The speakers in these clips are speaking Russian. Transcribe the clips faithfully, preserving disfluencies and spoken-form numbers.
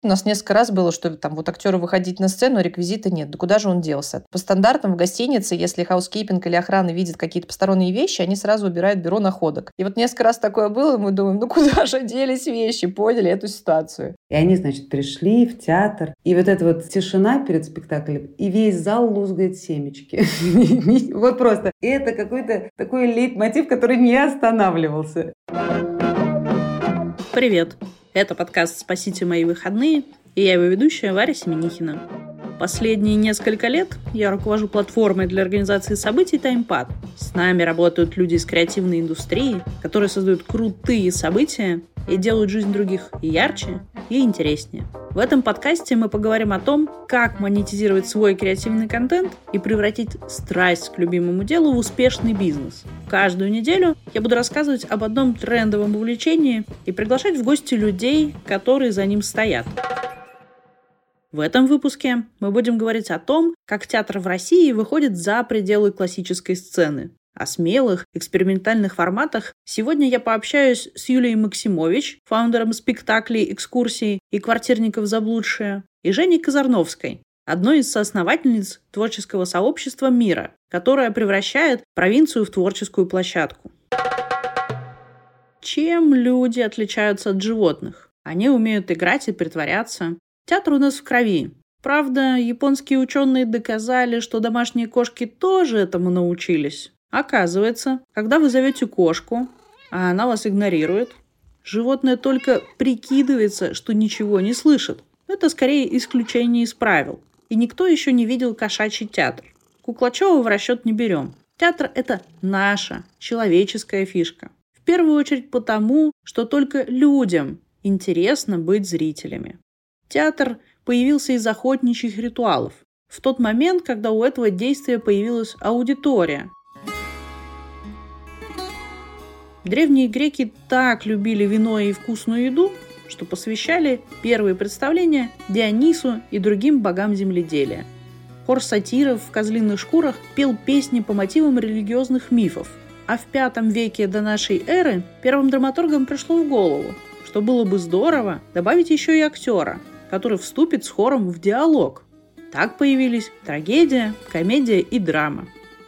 У нас несколько раз было, что там вот актеру выходить на сцену, а реквизита нет. Да куда же он делся? По стандартам в гостинице, если хаускипинг или охрана видит какие-то посторонние вещи, они сразу убирают бюро находок. И вот несколько раз такое было, и мы думаем, ну куда же делись вещи? Поняли эту ситуацию. И они, значит, пришли в театр, и вот эта вот тишина перед спектаклем, и весь зал лузгает семечки. Вот просто. И это какой-то такой лейтмотив, который не останавливался. Привет! Это подкаст «Спасите мои выходные», и я его ведущая Варя Семенихина. Последние несколько лет я руковожу платформой для организации событий «Таймпад». С нами работают люди из креативной индустрии, которые создают крутые события и делают жизнь других и ярче, и интереснее. В этом подкасте мы поговорим о том, как монетизировать свой креативный контент и превратить страсть к любимому делу в успешный бизнес. Каждую неделю я буду рассказывать об одном трендовом увлечении и приглашать в гости людей, которые за ним стоят. В этом выпуске мы будем говорить о том, как театр в России выходит за пределы классической сцены. О смелых, экспериментальных форматах сегодня я пообщаюсь с Юлией Максимович, фаундером спектаклей, экскурсий и квартирников «Заблудшие», и Женей Казарновской, одной из соосновательниц творческого сообщества «Мира», которое превращает провинцию в творческую площадку. Чем люди отличаются от животных? Они умеют играть и притворяться. Театр у нас в крови. Правда, японские ученые доказали, что домашние кошки тоже этому научились. Оказывается, когда вы зовете кошку, а она вас игнорирует, животное только прикидывается, что ничего не слышит. Это скорее исключение из правил. И никто еще не видел кошачий театр. Куклачева в расчет не берем. Театр – это наша, человеческая фишка. В первую очередь потому, что только людям интересно быть зрителями. Театр появился из охотничьих ритуалов. В тот момент, когда у этого действия появилась аудитория. Древние греки так любили вино и вкусную еду, что посвящали первые представления Дионису и другим богам земледелия. Хор сатиров в козлиных шкурах пел песни по мотивам религиозных мифов. А в пятом веке до нашей эры первым драматургам пришло в голову, что было бы здорово добавить еще и актера, который вступит с хором в диалог. Так появились трагедия, комедия и драма.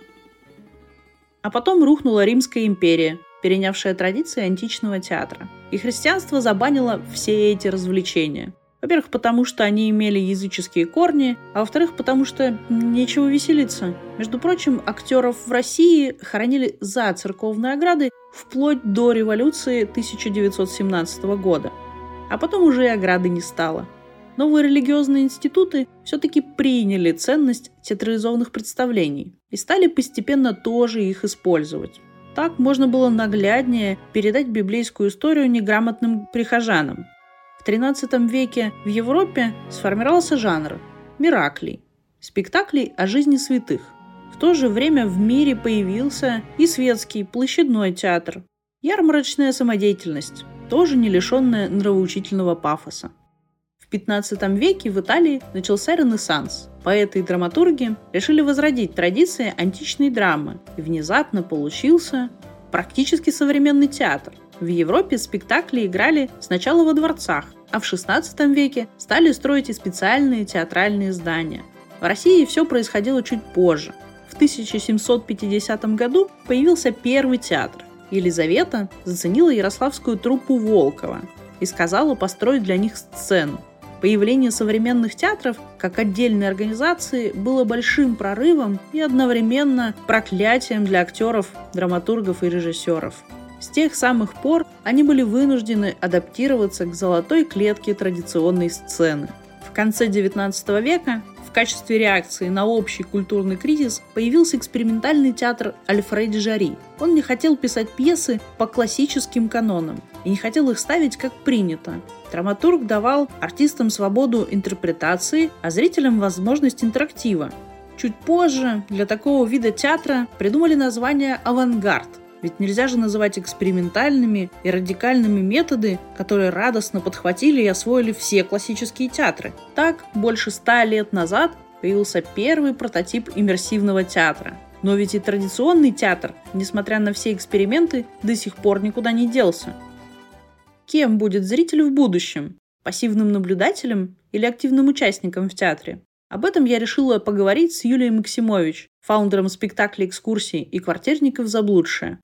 А потом рухнула Римская империя, перенявшая традиции античного театра. И христианство забанило все эти развлечения. Во-первых, потому что они имели языческие корни, а во-вторых, потому что нечего веселиться. Между прочим, актеров в России хоронили за церковные ограды вплоть до революции тысяча девятьсот семнадцатого года. А потом уже и ограды не стало. Новые религиозные институты все-таки приняли ценность театрализованных представлений и стали постепенно тоже их использовать. Так можно было нагляднее передать библейскую историю неграмотным прихожанам. В тринадцатом веке в Европе сформировался жанр мираклей, спектаклей о жизни святых. В то же время в мире появился и светский площадной театр, ярмарочная самодеятельность, тоже не лишенная нравоучительного пафоса. В пятнадцатом веке в Италии начался Ренессанс. Поэты и драматурги решили возродить традиции античной драмы, и внезапно получился практически современный театр. В Европе спектакли играли сначала во дворцах, а в шестнадцатом веке стали строить и специальные театральные здания. В России все происходило чуть позже. В тысяча семьсот пятидесятом году появился первый театр. Елизавета заценила ярославскую труппу Волкова и сказала построить для них сцену. Появление современных театров как отдельной организации было большим прорывом и одновременно проклятием для актеров, драматургов и режиссеров. С тех самых пор они были вынуждены адаптироваться к золотой клетке традиционной сцены. В конце девятнадцатого века в качестве реакции на общий культурный кризис появился экспериментальный театр Альфреда Жари. Он не хотел писать пьесы по классическим канонам и не хотел их ставить как принято. Драматург давал артистам свободу интерпретации, а зрителям возможность интерактива. Чуть позже для такого вида театра придумали название «авангард». Ведь нельзя же называть экспериментальными и радикальными методы, которые радостно подхватили и освоили все классические театры. Так, больше ста лет назад появился первый прототип иммерсивного театра. Но ведь и традиционный театр, несмотря на все эксперименты, до сих пор никуда не делся. Кем будет зритель в будущем? Пассивным наблюдателем или активным участником в театре? Об этом я решила поговорить с Юлией Максимович, фаундером спектаклей «Экскурсии» и «Квартирников заблудшие».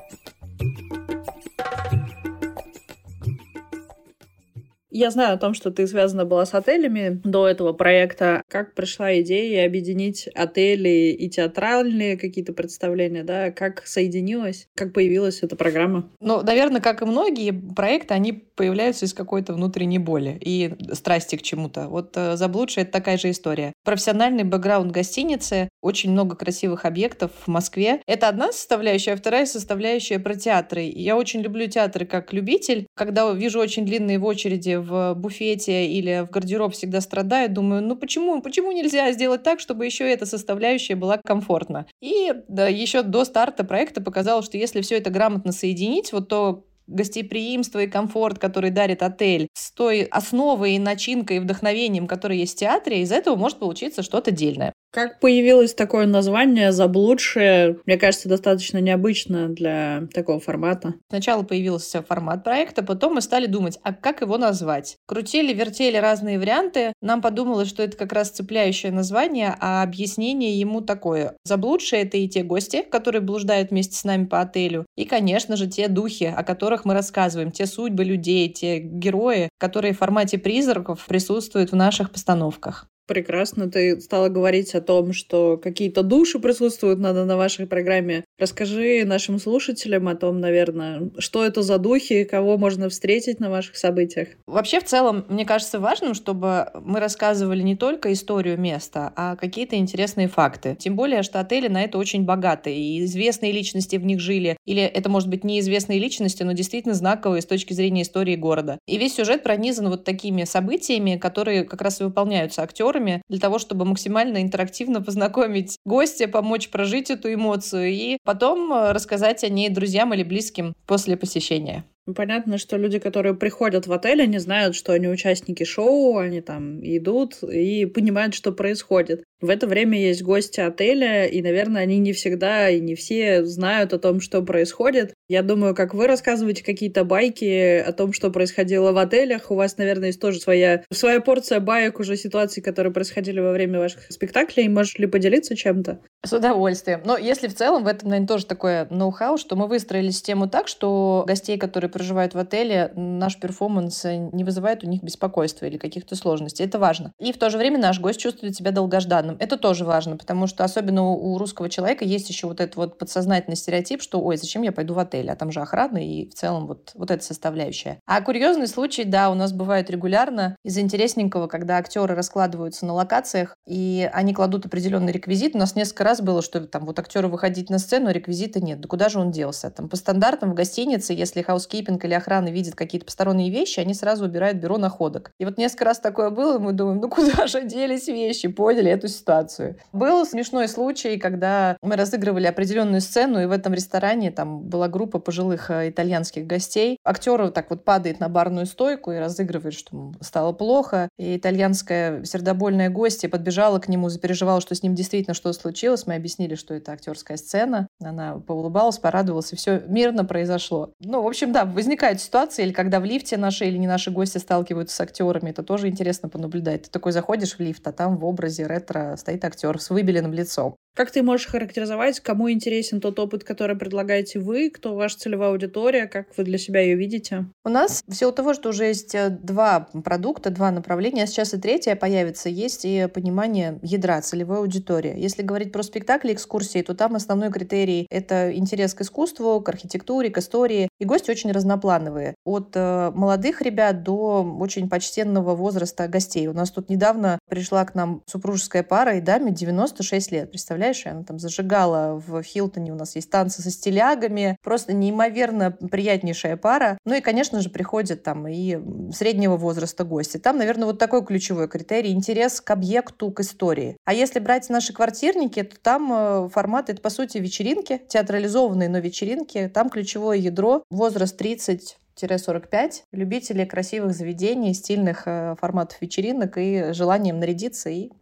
Я знаю о том, что ты связана была с отелями до этого проекта. Как пришла идея объединить отели и театральные какие-то представления, да? Как соединилась? Как появилась эта программа? Ну, наверное, как и многие проекты, они появляются из какой-то внутренней боли и страсти к чему-то. Вот «Заблудшие» — это такая же история. Профессиональный бэкграунд гостиницы, очень много красивых объектов в Москве. Это одна составляющая, а вторая составляющая про театры. Я очень люблю театры как любитель. Когда вижу очень длинные в очереди в буфете или в гардероб, всегда страдаю, думаю, ну почему, почему нельзя сделать так, чтобы еще эта составляющая была комфортна? И да, еще до старта проекта показалось, что если все это грамотно соединить, вот то гостеприимство и комфорт, который дарит отель, с той основой и начинкой и вдохновением, которые есть в театре, из этого может получиться что-то дельное. Как появилось такое название «Заблудшие»? Мне кажется, достаточно необычно для такого формата. Сначала появился формат проекта, потом мы стали думать, а как его назвать? Крутили, вертели разные варианты. Нам подумалось, что это как раз цепляющее название, а объяснение ему такое. Заблудшие — это и те гости, которые блуждают вместе с нами по отелю, и, конечно же, те духи, о которых мы рассказываем, те судьбы людей, те герои, которые в формате призраков присутствуют в наших постановках. Прекрасно. Ты стала говорить о том, что какие-то души присутствуют на, на вашей программе. Расскажи нашим слушателям о том, наверное, что это за духи, кого можно встретить на ваших событиях. Вообще, в целом, мне кажется важным, чтобы мы рассказывали не только историю места, а какие-то интересные факты. Тем более, что отели на это очень богаты, и известные личности в них жили. Или это, может быть, неизвестные личности, но действительно знаковые с точки зрения истории города. И весь сюжет пронизан вот такими событиями, которые как раз и выполняются актерами, для того, чтобы максимально интерактивно познакомить гостя, помочь прожить эту эмоцию и потом рассказать о ней друзьям или близким после посещения. Понятно, что люди, которые приходят в отель, они знают, что они участники шоу, они там идут и понимают, что происходит. В это время есть гости отеля, и, наверное, они не всегда и не все знают о том, что происходит. Я думаю, как вы рассказываете какие-то байки о том, что происходило в отелях, у вас, наверное, есть тоже своя, своя порция баек уже ситуаций, которые происходили во время ваших спектаклей. Можешь ли поделиться чем-то? С удовольствием. Но если в целом, в этом, наверное, тоже такое ноу-хау, что мы выстроили систему так, что гостей, которые проживают в отеле, наш перформанс не вызывает у них беспокойства или каких-то сложностей. Это важно. И в то же время наш гость чувствует себя долгожданным. Это тоже важно, потому что особенно у русского человека есть еще вот этот вот подсознательный стереотип, что ой, зачем я пойду в отель, а там же охрана и в целом вот, вот эта составляющая. А курьезный случай, да, у нас бывает регулярно. Из интересненького, когда актеры раскладываются на локациях, и они кладут определенный реквизит. У нас несколько раз было, что там вот актеру выходить на сцену, а реквизита нет. Да куда же он делся? Там по стандартам в гостинице, если хаускипинг или охрана видит какие-то посторонние вещи, они сразу убирают бюро находок. И вот несколько раз такое было, и мы думаем, ну куда же делись вещи? Поняли эту ситуацию. Был смешной случай, когда мы разыгрывали определенную сцену, и в этом ресторане там была группа пожилых итальянских гостей. Актер так вот падает на барную стойку и разыгрывает, что ему стало плохо. И итальянская сердобольная гостья подбежала к нему, запереживала, что с ним действительно что-то случилось. Мы объяснили, что это актерская сцена. Она поулыбалась, порадовалась, и все мирно произошло. Ну, в общем, да, возникают ситуации, или когда в лифте наши или не наши гости сталкиваются с актерами, это тоже интересно понаблюдать. Ты такой заходишь в лифт, а там в образе ретро стоит актер с выбеленным лицом. Как ты можешь характеризовать, кому интересен тот опыт, который предлагаете вы, кто ваша целевая аудитория, как вы для себя ее видите? У нас в силу того, что уже есть два продукта, два направления, а сейчас и третье появится, есть и понимание ядра целевой аудитории. Если говорить про спектакли, экскурсии, то там основной критерий — это интерес к искусству, к архитектуре, к истории. И гости очень разноплановые. От э, молодых ребят до очень почтенного возраста гостей. У нас тут недавно пришла к нам супружеская пара, и даме девяносто шесть лет. Представляешь, она там зажигала в Хилтоне. У нас есть танцы со стилягами. Просто неимоверно приятнейшая пара. Ну и, конечно же, приходят там и среднего возраста гости. Там, наверное, вот такой ключевой критерий — интерес к объекту, к истории. А если брать наши квартирники, то там формат — это, по сути, вечеринки, театрализованные, но вечеринки. Там ключевое ядро, возраст тридцать сорок пять, любители красивых заведений, стильных форматов вечеринок и желанием нарядиться и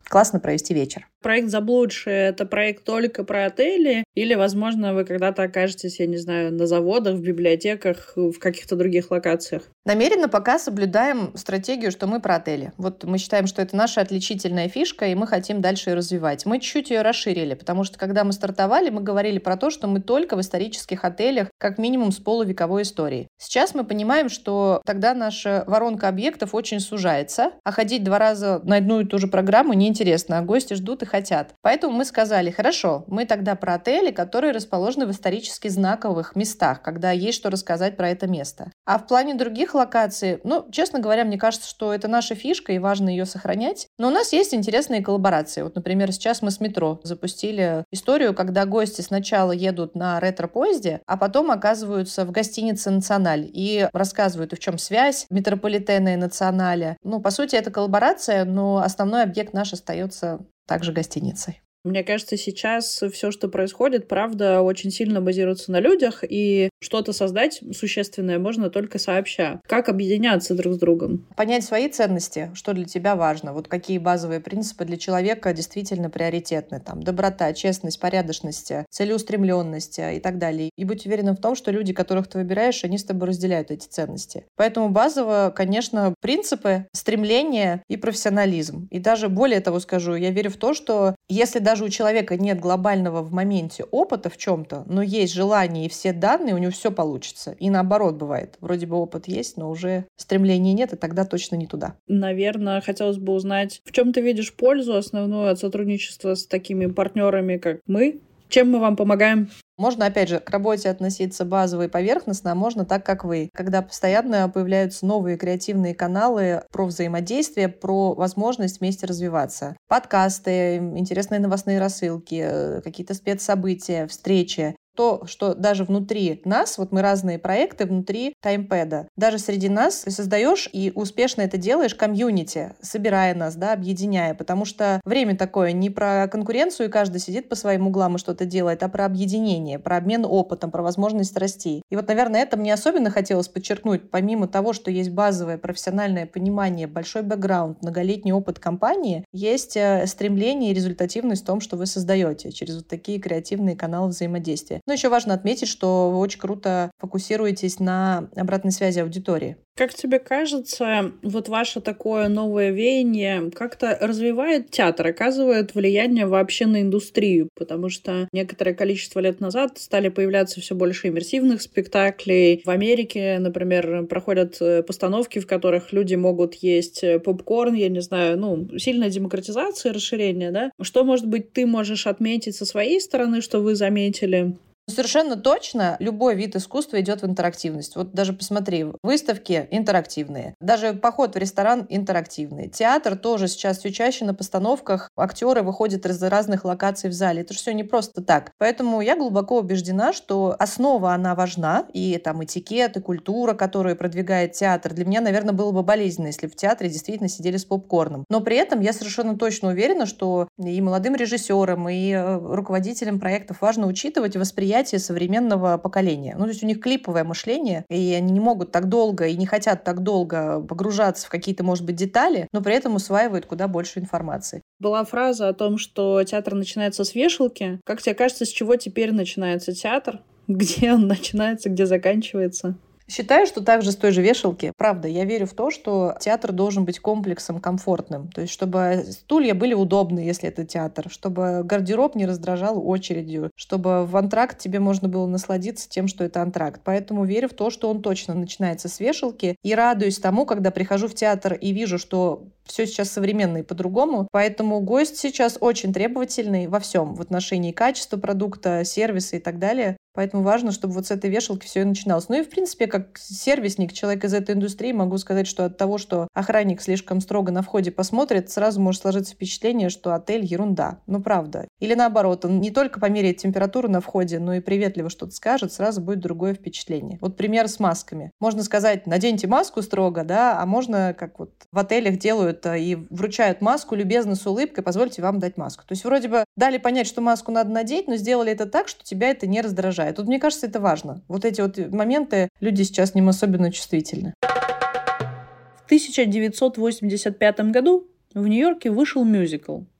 классно провести вечер. Проект «Заблудшие» — это проект только про отели? Или, возможно, вы когда-то окажетесь, я не знаю, на заводах, в библиотеках, в каких-то других локациях? Намеренно пока соблюдаем стратегию, что мы про отели. Вот мы считаем, что это наша отличительная фишка, и мы хотим дальше ее развивать. Мы чуть-чуть ее расширили, потому что когда мы стартовали, мы говорили про то, что мы только в исторических отелях, как минимум с полувековой историей. Сейчас мы понимаем, что тогда наша воронка объектов очень сужается, а ходить два раза на одну и ту же программу неинтересно, а гости ждут и хотят. Поэтому мы сказали, хорошо, мы тогда про отели, которые расположены в исторически знаковых местах, когда есть что рассказать про это место. А в плане других локаций, ну, честно говоря, мне кажется, что это наша фишка, и важно ее сохранять. Но у нас есть интересные коллаборации. Вот, например, сейчас мы с метро запустили историю, когда гости сначала едут на ретро-поезде, а потом оказываются в гостинице «Националь» и рассказывают, в чем связь метрополитена и «Националя». Ну, по сути, это коллаборация, но основной объект наш остается также гостиницей. Мне кажется, сейчас все, что происходит, правда, очень сильно базируется на людях, и что-то создать существенное можно только сообща. Как объединяться друг с другом? Понять свои ценности, что для тебя важно, вот какие базовые принципы для человека действительно приоритетны. Там, доброта, честность, порядочность, целеустремленность и так далее. И быть уверенным в том, что люди, которых ты выбираешь, они с тобой разделяют эти ценности. Поэтому базово, конечно, принципы, стремление и профессионализм. И даже более того скажу, я верю в то, что если даже у человека нет глобального в моменте опыта в чем-то, но есть желание и все данные, у него все получится. И наоборот бывает. Вроде бы опыт есть, но уже стремления нет, и тогда точно не туда. Наверное, хотелось бы узнать, в чем ты видишь пользу основную от сотрудничества с такими партнерами, как мы? Чем мы вам помогаем? Можно, опять же, к работе относиться базово и поверхностно, а можно так, как вы. Когда постоянно появляются новые креативные каналы про взаимодействие, про возможность вместе развиваться. Подкасты, интересные новостные рассылки, какие-то спецсобытия, встречи. То, что даже внутри нас, вот мы разные проекты внутри таймпэда, даже среди нас ты создаешь и успешно это делаешь комьюнити, собирая нас, да, объединяя, потому что время такое не про конкуренцию, и каждый сидит по своим углам и что-то делает, а про объединение, про обмен опытом, про возможность расти. И вот, наверное, это мне особенно хотелось подчеркнуть, помимо того, что есть базовое профессиональное понимание, большой бэкграунд, многолетний опыт компании, есть стремление и результативность в том, что вы создаете через вот такие креативные каналы взаимодействия. Но еще важно отметить, что вы очень круто фокусируетесь на обратной связи аудитории. Как тебе кажется, вот ваше такое новое веяние как-то развивает театр, оказывает влияние вообще на индустрию? Потому что некоторое количество лет назад стали появляться все больше иммерсивных спектаклей. В Америке, например, проходят постановки, в которых люди могут есть попкорн, я не знаю, ну, сильная демократизация, расширение, да? Что, может быть, ты можешь отметить со своей стороны, что вы заметили? Совершенно точно любой вид искусства идет в интерактивность. Вот даже посмотри, выставки интерактивные, даже поход в ресторан интерактивный. Театр тоже сейчас все чаще на постановках, актеры выходят из разных локаций в зале. Это же все не просто так. Поэтому я глубоко убеждена, что основа, она важна, и там этикет, и культура, которую продвигает театр. Для меня, наверное, было бы болезненно, если в театре действительно сидели с попкорном. Но при этом я совершенно точно уверена, что и молодым режиссерам, и руководителям проектов важно учитывать восприятие современного поколения. Ну, то есть у них клиповое мышление, и они не могут так долго и не хотят так долго погружаться в какие-то, может быть, детали, но при этом усваивают куда больше информации. Была фраза о том, что театр начинается с вешалки. Как тебе кажется, с чего теперь начинается театр? Где он начинается, где заканчивается? Считаю, что также с той же вешалки. Правда, я верю в то, что театр должен быть комплексом комфортным. То есть, чтобы стулья были удобны, если это театр, чтобы гардероб не раздражал очередью, чтобы в антракт тебе можно было насладиться тем, что это антракт. Поэтому верю в то, что он точно начинается с вешалки. И радуюсь тому, когда прихожу в театр и вижу, что все сейчас современно и по-другому. Поэтому гость сейчас очень требовательный во всем, в отношении качества продукта, сервиса и так далее. Поэтому важно, чтобы вот с этой вешалки все и начиналось. Ну и, в принципе, как сервисник, человек из этой индустрии, могу сказать, что от того, что охранник слишком строго на входе посмотрит, сразу может сложиться впечатление, что отель — ерунда. Ну, правда. Или наоборот, он не только померяет температуру на входе, но и приветливо что-то скажет, сразу будет другое впечатление. Вот пример с масками. Можно сказать, наденьте маску строго, да, а можно, как вот в отелях делают и вручают маску любезно с улыбкой, позвольте вам дать маску. То есть вроде бы дали понять, что маску надо надеть, но сделали это так, что тебя это не раздражает. Тут, мне кажется, это важно. Вот эти вот моменты люди сейчас к ним особенно чувствительны. В тысяча девятьсот восемьдесят пятом году в Нью-Йорке вышел мюзикл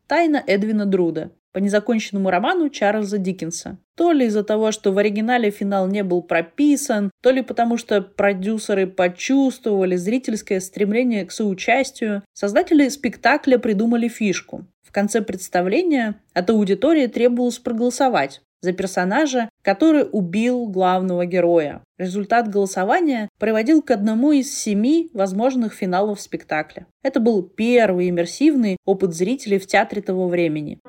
«Тайна Эдвина Друда» по незаконченному роману Чарльза Диккенса. То ли из-за того, что в оригинале финал не был прописан, то ли потому, что продюсеры почувствовали зрительское стремление к соучастию, создатели спектакля придумали фишку. В конце представления от аудитории требовалось проголосовать за персонажа, который убил главного героя. Результат голосования приводил к одному из семи возможных финалов спектакля. Это был первый иммерсивный опыт зрителей в театре того времени.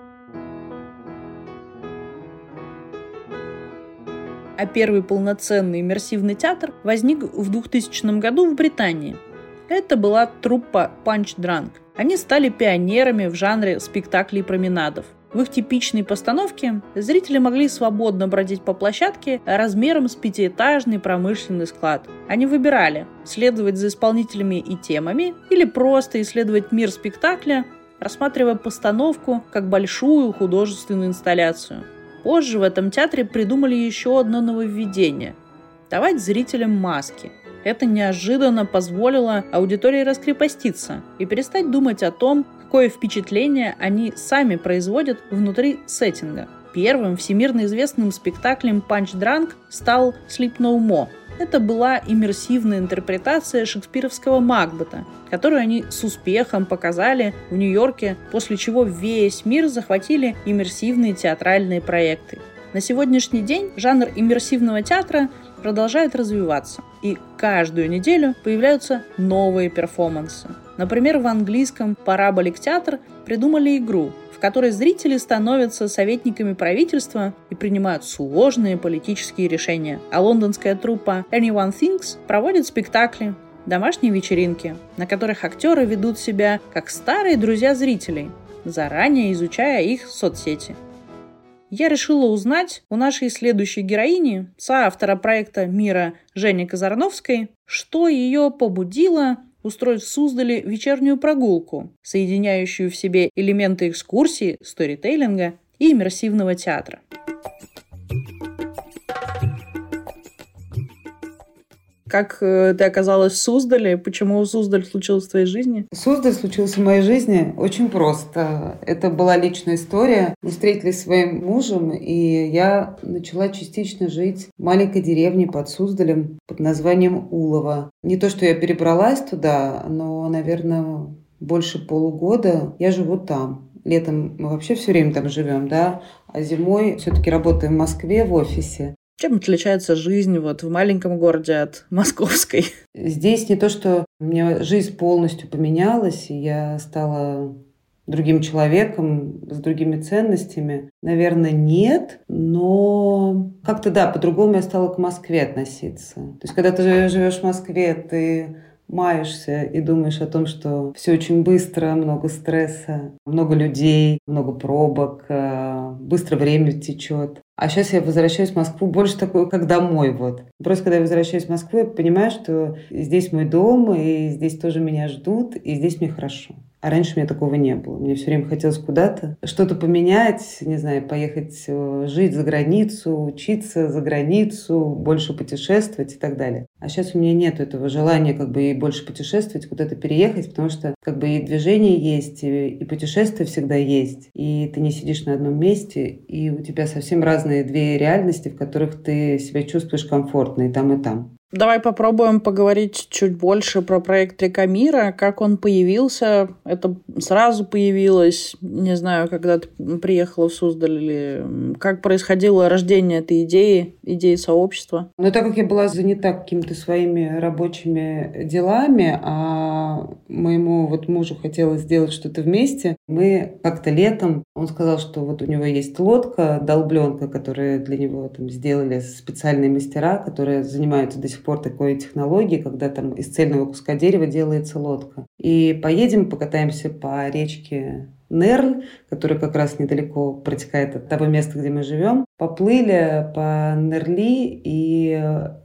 А первый полноценный иммерсивный театр возник в двухтысячном году в Британии. Это была труппа Punch Drunk. Они стали пионерами в жанре спектаклей променадов. В их типичной постановке зрители могли свободно бродить по площадке размером с пятиэтажный промышленный склад. Они выбирали, следовать за исполнителями и темами или просто исследовать мир спектакля, рассматривая постановку как большую художественную инсталляцию. Позже в этом театре придумали еще одно нововведение – давать зрителям маски. Это неожиданно позволило аудитории раскрепоститься и перестать думать о том, какое впечатление они сами производят внутри сеттинга. Первым всемирно известным спектаклем Punch Drunk стал Sleep No More. Это была иммерсивная интерпретация шекспировского Макбета, которую они с успехом показали в Нью-Йорке, после чего весь мир захватили иммерсивные театральные проекты. На сегодняшний день жанр иммерсивного театра продолжает развиваться, и каждую неделю появляются новые перформансы. Например, в английском Parabolic Theatre придумали игру, в которой зрители становятся советниками правительства и принимают сложные политические решения. А лондонская труппа Anyone Thinks проводит спектакли, домашние вечеринки, на которых актеры ведут себя как старые друзья зрителей, заранее изучая их соцсети. Я решила узнать у нашей следующей героини, соавтора проекта «Мира» Жени Казарновской, что ее побудило устроить в Суздале вечернюю прогулку, соединяющую в себе элементы экскурсии, сторителлинга и иммерсивного театра. Как ты оказалась в Суздале? Почему Суздаль случилось в твоей жизни? Суздаль случилось в моей жизни очень просто. Это была личная история. Мы встретились с своим мужем, и я начала частично жить в маленькой деревне под Суздалем под названием Улово. Не то, что я перебралась туда, но, наверное, больше полугода я живу там. Летом мы вообще все время там живем, да, а зимой все-таки работаем в Москве в офисе. Чем отличается жизнь вот в маленьком городе от московской? Здесь не то, что у меня жизнь полностью поменялась, и я стала другим человеком, с другими ценностями. Наверное, нет, но как-то, да, по-другому я стала к Москве относиться. То есть, когда ты живешь в Москве, ты маешься и думаешь о том, что все очень быстро, много стресса, много людей, много пробок, быстро время течет. А сейчас я возвращаюсь в Москву больше такой, как домой. Вот. Просто когда я возвращаюсь в Москву, я понимаю, что здесь мой дом, и здесь тоже меня ждут, и здесь мне хорошо. А раньше у меня такого не было. Мне все время хотелось куда-то что-то поменять, не знаю, поехать жить за границу, учиться за границу, больше путешествовать и так далее. А сейчас у меня нет этого желания как бы и больше путешествовать, куда-то переехать, потому что как бы и движение есть, и, и путешествие всегда есть. И ты не сидишь на одном месте, и у тебя совсем разные две реальности, в которых ты себя чувствуешь комфортно и там, и там. Давай попробуем поговорить чуть больше про проект «Река мира», как он появился. Это сразу появилось, не знаю, когда ты приехала в Суздаль, или как происходило рождение этой идеи, идеи сообщества? Но так как я была занята какими-то своими рабочими делами, а моему вот мужу хотелось сделать что-то вместе, мы как-то летом, он сказал, что вот у него есть лодка, долбленка, которую для него там сделали специальные мастера, которые занимаются до сих пор такой технологией, когда там из цельного куска дерева делается лодка. И поедем, покатаемся по речке Нерль, которая как раз недалеко протекает от того места, где мы живем. Поплыли по Нерли, и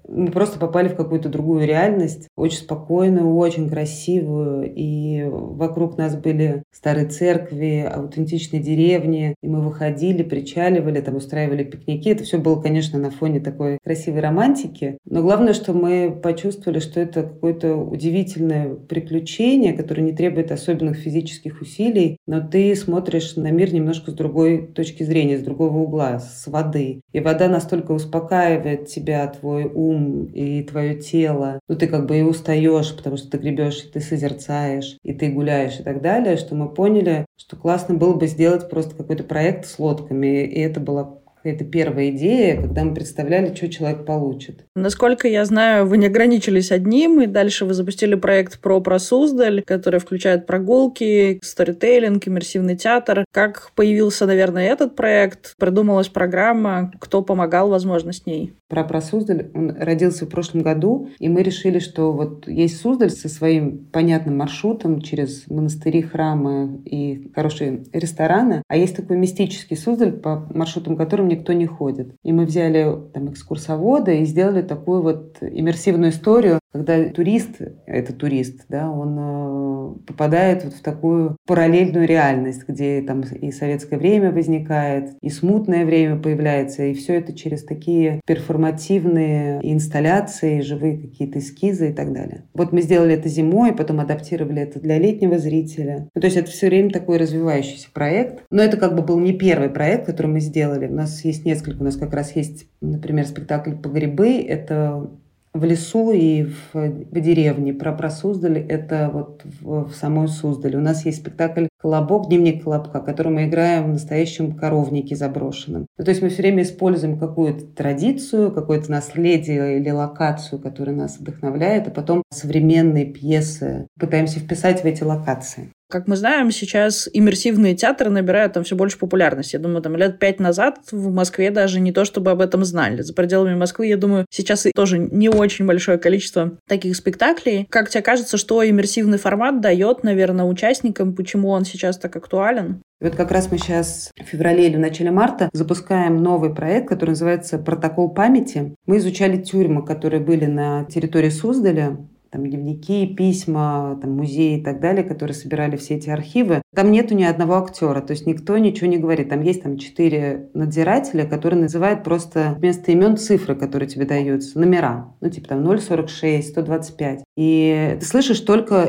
мы просто попали в какую-то другую реальность, очень спокойную, очень красивую, и вокруг нас были старые церкви, аутентичные деревни, и мы выходили, причаливали, там устраивали пикники. Это все было, конечно, на фоне такой красивой романтики, но главное, что мы почувствовали, что это какое-то удивительное приключение, которое не требует особенных физических усилий, но ты смотришь на мир немножко с другой точки зрения, с другого угла, с воды. И вода настолько успокаивает тебя, твой ум и твое тело. Ну, ты как бы и устаешь, потому что ты гребешь, и ты созерцаешь, и ты гуляешь и так далее, что мы поняли, что классно было бы сделать просто какой-то проект с лодками. И это была какая-то первая идея, когда мы представляли, что человек получит. Насколько я знаю, вы не ограничились одним, и дальше вы запустили проект про про Суздаль, который включает прогулки, сторителлинг, иммерсивный театр. Как появился, наверное, этот проект? Придумалась программа, кто помогал, возможно, с ней? Про про Суздаль, он родился в прошлом году, и мы решили, что вот есть Суздаль со своим понятным маршрутом через монастыри, храмы и хорошие рестораны, а есть такой мистический Суздаль, по маршрутам которым никто не ходит. И мы взяли там экскурсовода и сделали такую вот иммерсивную историю, когда турист, это турист, да, он э, попадает вот в такую параллельную реальность, где там и советское время возникает, и смутное время появляется, и все это через такие перформативные инсталляции, живые какие-то эскизы и так далее. Вот мы сделали это зимой, потом адаптировали это для летнего зрителя. Ну, то есть это все время такой развивающийся проект. Но это как бы был не первый проект, который мы сделали. У нас есть несколько, у нас как раз есть, например, спектакль «Погребы». Это в лесу и в, в деревне. Про про Суздаль это вот в, в самой Суздале. У нас есть спектакль «Колобок», «Дневник Колобка», который мы играем в настоящем коровнике заброшенном. Ну, то есть мы все время используем какую-то традицию, какое-то наследие или локацию, которая нас вдохновляет, а потом современные пьесы пытаемся вписать в эти локации. Как мы знаем, сейчас иммерсивные театры набирают там все больше популярности. Я думаю, там лет пять назад в Москве даже не то, чтобы об этом знали. За пределами Москвы, я думаю, сейчас тоже не очень большое количество таких спектаклей. Как тебе кажется, что иммерсивный формат дает, наверное, участникам, почему он сейчас так актуален? Вот как раз мы сейчас в феврале или в начале марта запускаем новый проект, который называется «Протокол памяти». Мы изучали тюрьмы, которые были на территории Суздаля, там дневники, письма, там музеи и так далее, которые собирали все эти архивы. Там нету ни одного актера, то есть никто ничего не говорит. Там есть там четыре надзирателя, которые называют просто вместо имен цифры, которые тебе даются, номера. Ну, типа там ноль сорок шесть, сто двадцать пять. И ты слышишь только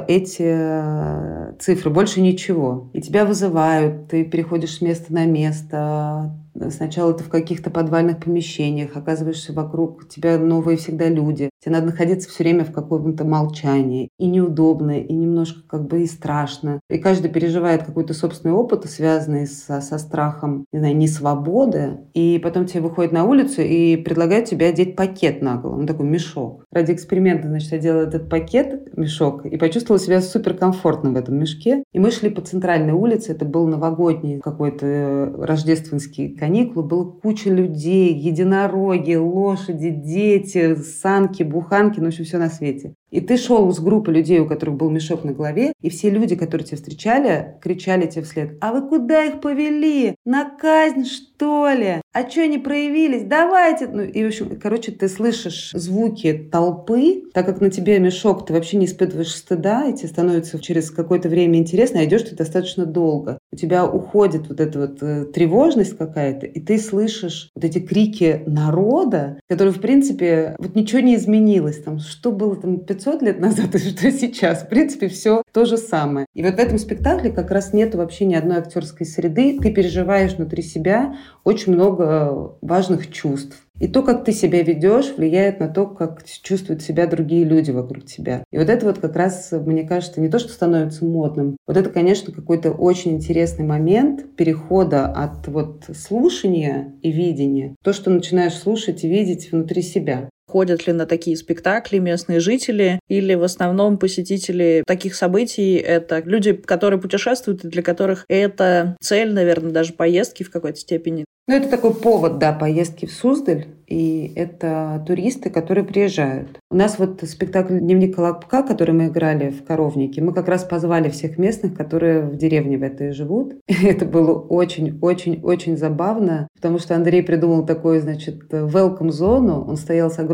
эти цифры, больше ничего. И тебя вызывают, ты переходишь с места на место. Сначала ты в каких-то подвальных помещениях, оказываешься вокруг тебя новые всегда люди. Тебе надо находиться все время в каком-то молчании. И неудобно, и немножко как бы и страшно. И каждый переживает какой-то собственный опыт, связанный со, со страхом, не знаю, несвободы. И потом тебе выходят на улицу и предлагают тебе одеть пакет на голову. Ну, такой мешок. Ради эксперимента, значит, я делала этот пакет, мешок, и почувствовала себя суперкомфортно в этом мешке. И мы шли по центральной улице. Это был новогодний какой-то рождественский каникулы, было куча людей, единороги, лошади, дети, санки, буханки, ну, в общем, все на свете. И ты шел с группой людей, у которых был мешок на голове, и все люди, которые тебя встречали, кричали тебе вслед: «А вы куда их повели? На казнь, что ли? А что они проявились? Давайте!» Ну, и, в общем, короче, ты слышишь звуки толпы, так как на тебе мешок, ты вообще не испытываешь стыда, и тебе становится через какое-то время интересно, а идешь ты достаточно долго. У тебя уходит вот эта вот э, тревожность какая-то, и ты слышишь вот эти крики народа, которые, в принципе, вот ничего не изменилось. Там, что было там пятьсот лет назад и что сейчас. В принципе, все то же самое. И вот в этом спектакле как раз нет вообще ни одной актерской среды. Ты переживаешь внутри себя очень много важных чувств. И то, как ты себя ведешь, влияет на то, как чувствуют себя другие люди вокруг тебя. И вот это вот как раз, мне кажется, не то, что становится модным. Вот это, конечно, какой-то очень интересный момент перехода от вот слушания и видения, то, что начинаешь слушать и видеть внутри себя. Ходят ли на такие спектакли местные жители, или в основном посетители таких событий — это люди, которые путешествуют, и для которых это цель, наверное, даже поездки в какой-то степени? Ну, это такой повод, да, поездки в Суздаль, и это туристы, которые приезжают. У нас вот спектакль «Дневник Колобка», который мы играли в Коровнике, мы как раз позвали всех местных, которые в деревне в этой живут. И это было очень-очень-очень забавно, потому что Андрей придумал такую, значит, welcome-зону. Он стоял с огромным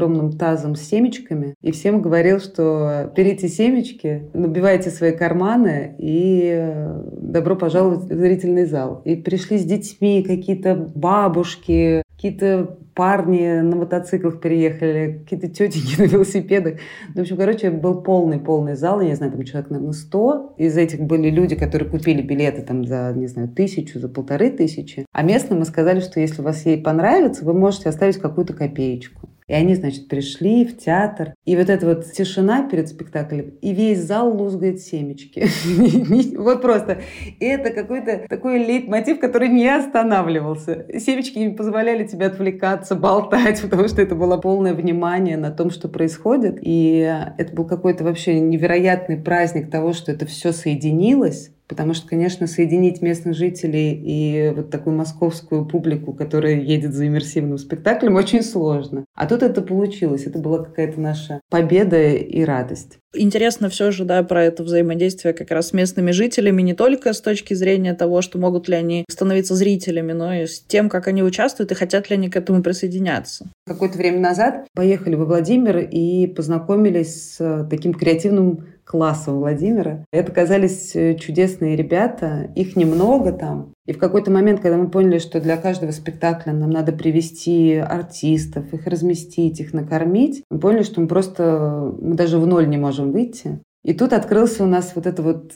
огромным тазом с семечками и всем говорил, что берите семечки, набивайте свои карманы и добро пожаловать в зрительный зал. И пришли с детьми какие-то бабушки, какие-то парни на мотоциклах приехали, какие-то тетеньки на велосипедах. В общем, короче, был полный-полный зал, я не знаю, там человек, наверное, сто. Из этих были люди, которые купили билеты там за, не знаю, тысячу, за полторы тысячи. А местным мы сказали, что если у вас ей понравится, вы можете оставить какую-то копеечку. И они, значит, пришли в театр. И вот эта вот тишина перед спектаклем, и весь зал лузгает семечки. Вот просто. И это какой-то такой лейтмотив, который не останавливался. Семечки не позволяли тебе отвлекаться, болтать, потому что это было полное внимание на том, что происходит. И это был какой-то вообще невероятный праздник того, что это все соединилось. Потому что, конечно, соединить местных жителей и вот такую московскую публику, которая едет за иммерсивным спектаклем, очень сложно. А тут это получилось. Это была какая-то наша победа и радость. Интересно все же, да, про это взаимодействие как раз с местными жителями, не только с точки зрения того, что могут ли они становиться зрителями, но и с тем, как они участвуют и хотят ли они к этому присоединяться. Какое-то время назад поехали во Владимир и познакомились с таким креативным классом Владимира. Это оказались чудесные ребята, их немного там. И в какой-то момент, когда мы поняли, что для каждого спектакля нам надо привести артистов, их разместить, их накормить, мы поняли, что мы просто, мы даже в ноль не можем выйти. И тут открылся у нас вот эта вот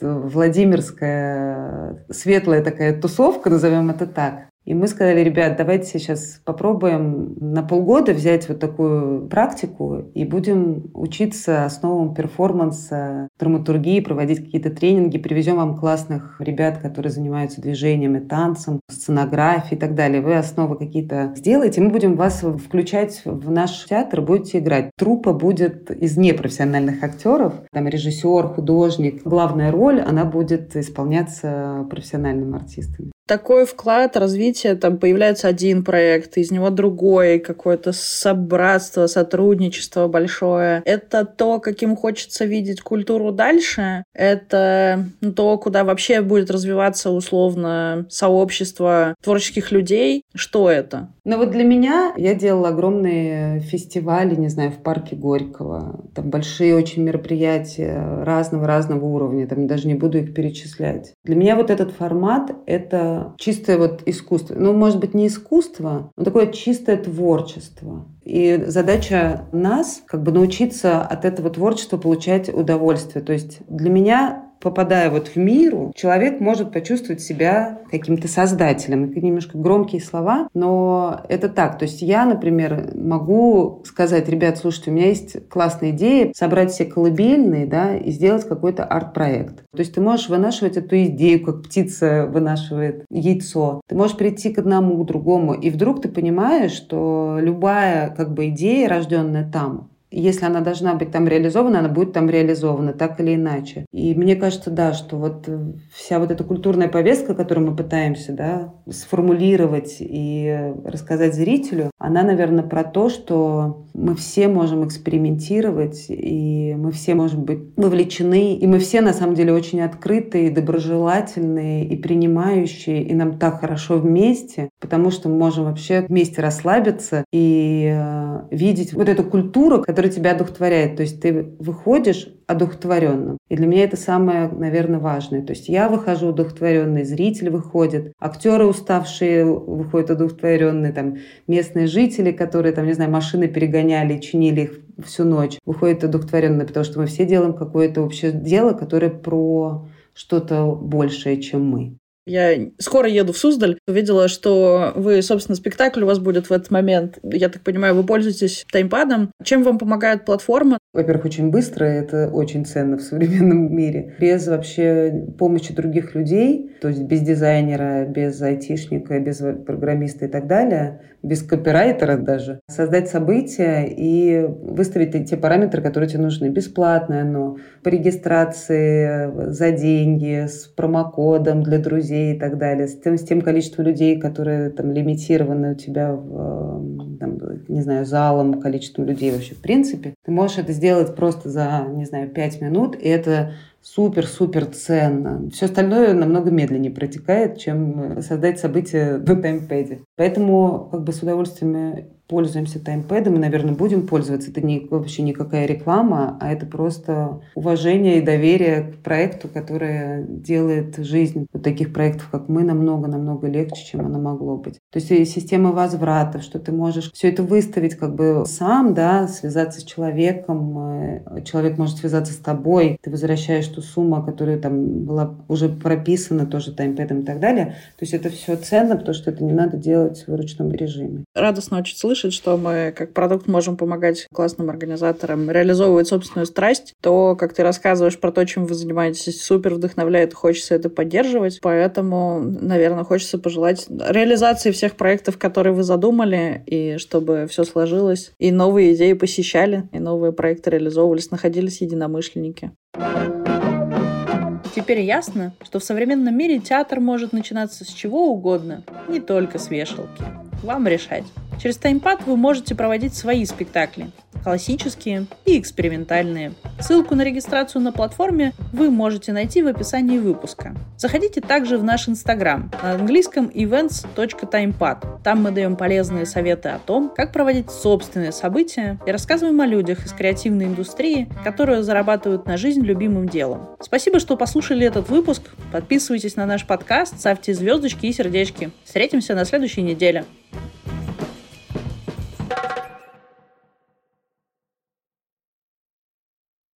владимирская светлая такая тусовка, назовем это так. И мы сказали: ребят, давайте сейчас попробуем на полгода взять вот такую практику и будем учиться основам перформанса, драматургии, проводить какие-то тренинги, привезем вам классных ребят, которые занимаются движением и танцем, сценографией и так далее. Вы основы какие-то сделаете, мы будем вас включать в наш театр, будете играть. Труппа будет из непрофессиональных актеров, там режиссер, художник. Главная роль, она будет исполняться профессиональными артистами. Такой вклад, развитие, там появляется один проект, из него другой, какое-то собратство, сотрудничество большое. Это то, каким хочется видеть культуру дальше. Это то, куда вообще будет развиваться условно сообщество творческих людей. Что это? Ну вот для меня я делала огромные фестивали, не знаю, в парке Горького. Там большие очень мероприятия разного-разного уровня. Там даже не буду их перечислять. Для меня вот этот формат — это чистое вот искусство. Ну, может быть, не искусство, но такое чистое творчество. И задача нас как бы научиться от этого творчества получать удовольствие. То есть для меня, попадая вот в миру, человек может почувствовать себя каким-то создателем. Это немножко громкие слова, но это так. То есть я, например, могу сказать: ребят, слушайте, у меня есть классная идея собрать все колыбельные, да, и сделать какой-то арт-проект. То есть ты можешь вынашивать эту идею, как птица вынашивает яйцо. Ты можешь прийти к одному, к другому, и вдруг ты понимаешь, что любая как бы идея, рожденная там, если она должна быть там реализована, она будет там реализована, так или иначе. И мне кажется, да, что вот вся вот эта культурная повестка, которую мы пытаемся, да, сформулировать и рассказать зрителю, она, наверное, про то, что мы все можем экспериментировать, и мы все можем быть вовлечены, и мы все, на самом деле, очень открытые, доброжелательные и принимающие, и нам так хорошо вместе, потому что мы можем вообще вместе расслабиться и э, видеть вот эту культуру, которая тебя одухотворяет. То есть ты выходишь одухотворенным. И для меня это самое, наверное, важное. То есть я выхожу одухотворенный, зритель выходит, актеры уставшие выходят одухотворенные, там, местные жители, которые, там, не знаю, машины перегоняли, чинили их всю ночь, выходят одухотворенные, потому что мы все делаем какое-то общее дело, которое про что-то большее, чем мы. Я скоро еду в Суздаль. Увидела, что вы, собственно, спектакль у вас будет в этот момент. Я так понимаю, вы пользуетесь таймпадом. Чем вам помогает платформа? Во-первых, очень быстро, это очень ценно в современном мире. Без вообще помощи других людей, то есть без дизайнера, без айтишника, без программиста и так далее, без копирайтера даже, создать события и выставить те параметры, которые тебе нужны. Бесплатное оно, по регистрации, за деньги, с промокодом для друзей и так далее, с тем, с тем количеством людей, которые там лимитированы у тебя, в, там, не знаю, залом, количеством людей вообще в принципе. Ты можешь это сделать просто за, не знаю, пять минут, и это супер-супер ценно. Все остальное намного медленнее протекает, чем создать событие на таймпэде. Поэтому как бы с удовольствием пользуемся таймпэдом и, наверное, будем пользоваться. Это не, вообще никакая реклама, а это просто уважение и доверие к проекту, которое делает жизнь вот таких проектов, как мы, намного-намного легче, чем она могло быть. То есть и система возвратов, что ты можешь все это выставить как бы сам, да, связаться с человеком, человек может связаться с тобой, ты возвращаешь ту сумму, которая там была уже прописана тоже таймпэдом и так далее. То есть это все ценно, потому что это не надо делать в ручном режиме. Радостно очень слышать, что мы как продукт можем помогать классным организаторам реализовывать собственную страсть. То, как ты рассказываешь про то, чем вы занимаетесь, супер вдохновляет, хочется это поддерживать. Поэтому, наверное, хочется пожелать реализации всех проектов, которые вы задумали, и чтобы все сложилось, и новые идеи посещали, и новые проекты реализовывались, находились единомышленники. Теперь ясно, что в современном мире театр может начинаться с чего угодно, не только с вешалки. Вам решать. Через таймпад вы можете проводить свои спектакли, классические и экспериментальные. Ссылку на регистрацию на платформе вы можете найти в описании выпуска. Заходите также в наш инстаграм на английском events точка таймпад. Там мы даем полезные советы о том, как проводить собственные события и рассказываем о людях из креативной индустрии, которые зарабатывают на жизнь любимым делом. Спасибо, что послушали этот выпуск. Подписывайтесь на наш подкаст, ставьте звездочки и сердечки. Встретимся на следующей неделе.